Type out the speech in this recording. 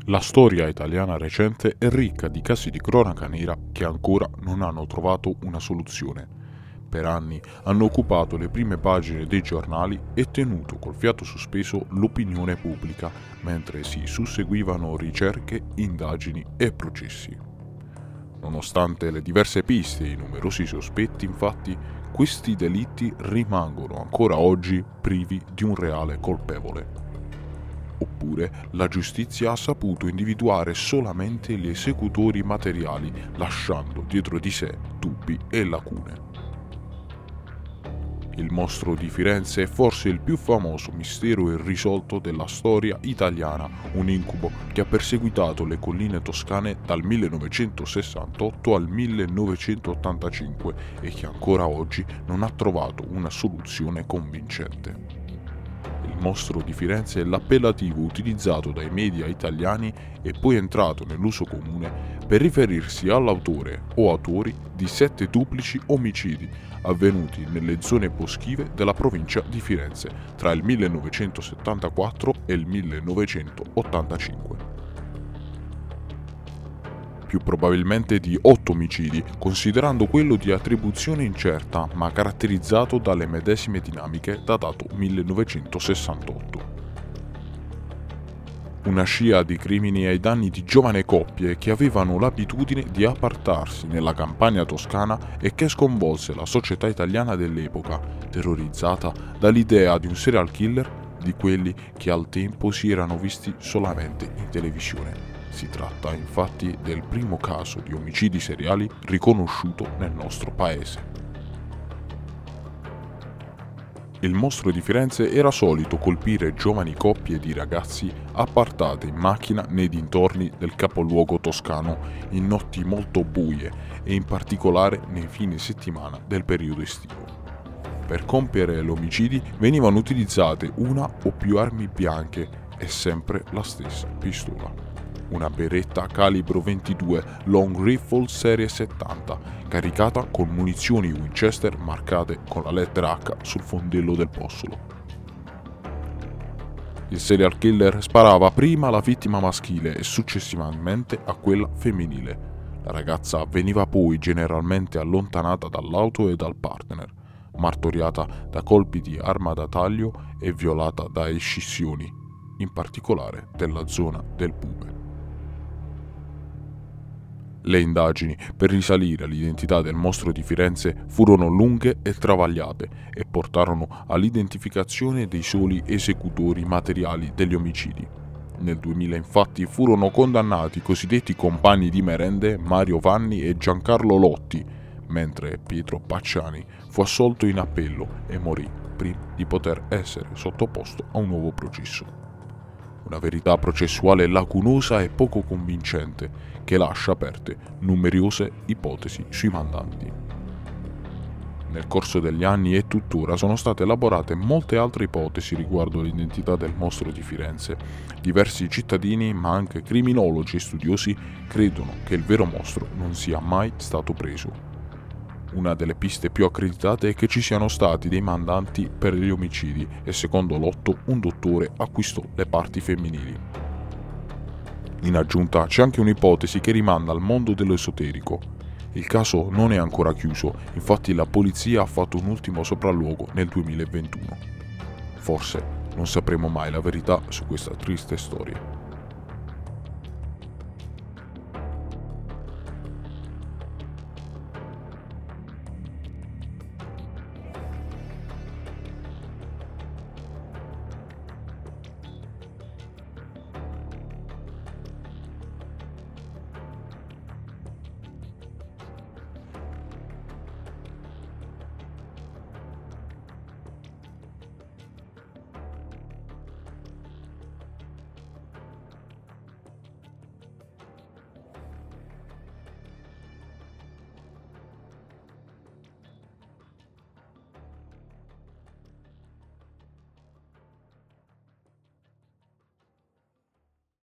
La storia italiana recente è ricca di casi di cronaca nera che ancora non hanno trovato una soluzione. Per anni hanno occupato le prime pagine dei giornali e tenuto col fiato sospeso l'opinione pubblica mentre si susseguivano ricerche, indagini e processi. Nonostante le diverse piste e i numerosi sospetti, infatti, questi delitti rimangono ancora oggi privi di un reale colpevole. Oppure la giustizia ha saputo individuare solamente gli esecutori materiali, lasciando dietro di sé dubbi e lacune. Il mostro di Firenze è forse il più famoso mistero irrisolto della storia italiana, un incubo che ha perseguitato le colline toscane dal 1968 al 1985 e che ancora oggi non ha trovato una soluzione convincente. Il mostro di Firenze è l'appellativo utilizzato dai media italiani e poi entrato nell'uso comune per riferirsi all'autore o autori di 7 duplici omicidi avvenuti nelle zone boschive della provincia di Firenze tra il 1974 e il 1985. Più probabilmente di 8 omicidi, considerando quello di attribuzione incerta ma caratterizzato dalle medesime dinamiche datato 1968. Una scia di crimini ai danni di giovani coppie che avevano l'abitudine di appartarsi nella campagna toscana e che sconvolse la società italiana dell'epoca, terrorizzata dall'idea di un serial killer di quelli che al tempo si erano visti solamente in televisione. Si tratta infatti del primo caso di omicidi seriali riconosciuto nel nostro paese. Il mostro di Firenze era solito colpire giovani coppie di ragazzi appartate in macchina nei dintorni del capoluogo toscano in notti molto buie e in particolare nei fine settimana del periodo estivo. Per compiere gli omicidi venivano utilizzate una o più armi bianche e sempre la stessa pistola. Una beretta calibro 22 Long Rifle serie 70, caricata con munizioni Winchester marcate con la lettera H sul fondello del bossolo. Il serial killer sparava prima alla vittima maschile e successivamente a quella femminile. La ragazza veniva poi generalmente allontanata dall'auto e dal partner, martoriata da colpi di arma da taglio e violata da escissioni, in particolare della zona del pube. Le indagini per risalire all'identità del mostro di Firenze furono lunghe e travagliate e portarono all'identificazione dei soli esecutori materiali degli omicidi. Nel 2000 infatti furono condannati i cosiddetti compagni di merende Mario Vanni e Giancarlo Lotti, mentre Pietro Pacciani fu assolto in appello e morì prima di poter essere sottoposto a un nuovo processo. Una verità processuale lacunosa e poco convincente che lascia aperte numerose ipotesi sui mandanti. Nel corso degli anni e tuttora sono state elaborate molte altre ipotesi riguardo l'identità del mostro di Firenze. Diversi cittadini, ma anche criminologi e studiosi, credono che il vero mostro non sia mai stato preso. Una delle piste più accreditate è che ci siano stati dei mandanti per gli omicidi e secondo Lotto un dottore acquistò le parti femminili. In aggiunta c'è anche un'ipotesi che rimanda al mondo dell'esoterico. Il caso non è ancora chiuso, infatti la polizia ha fatto un ultimo sopralluogo nel 2021. Forse non sapremo mai la verità su questa triste storia.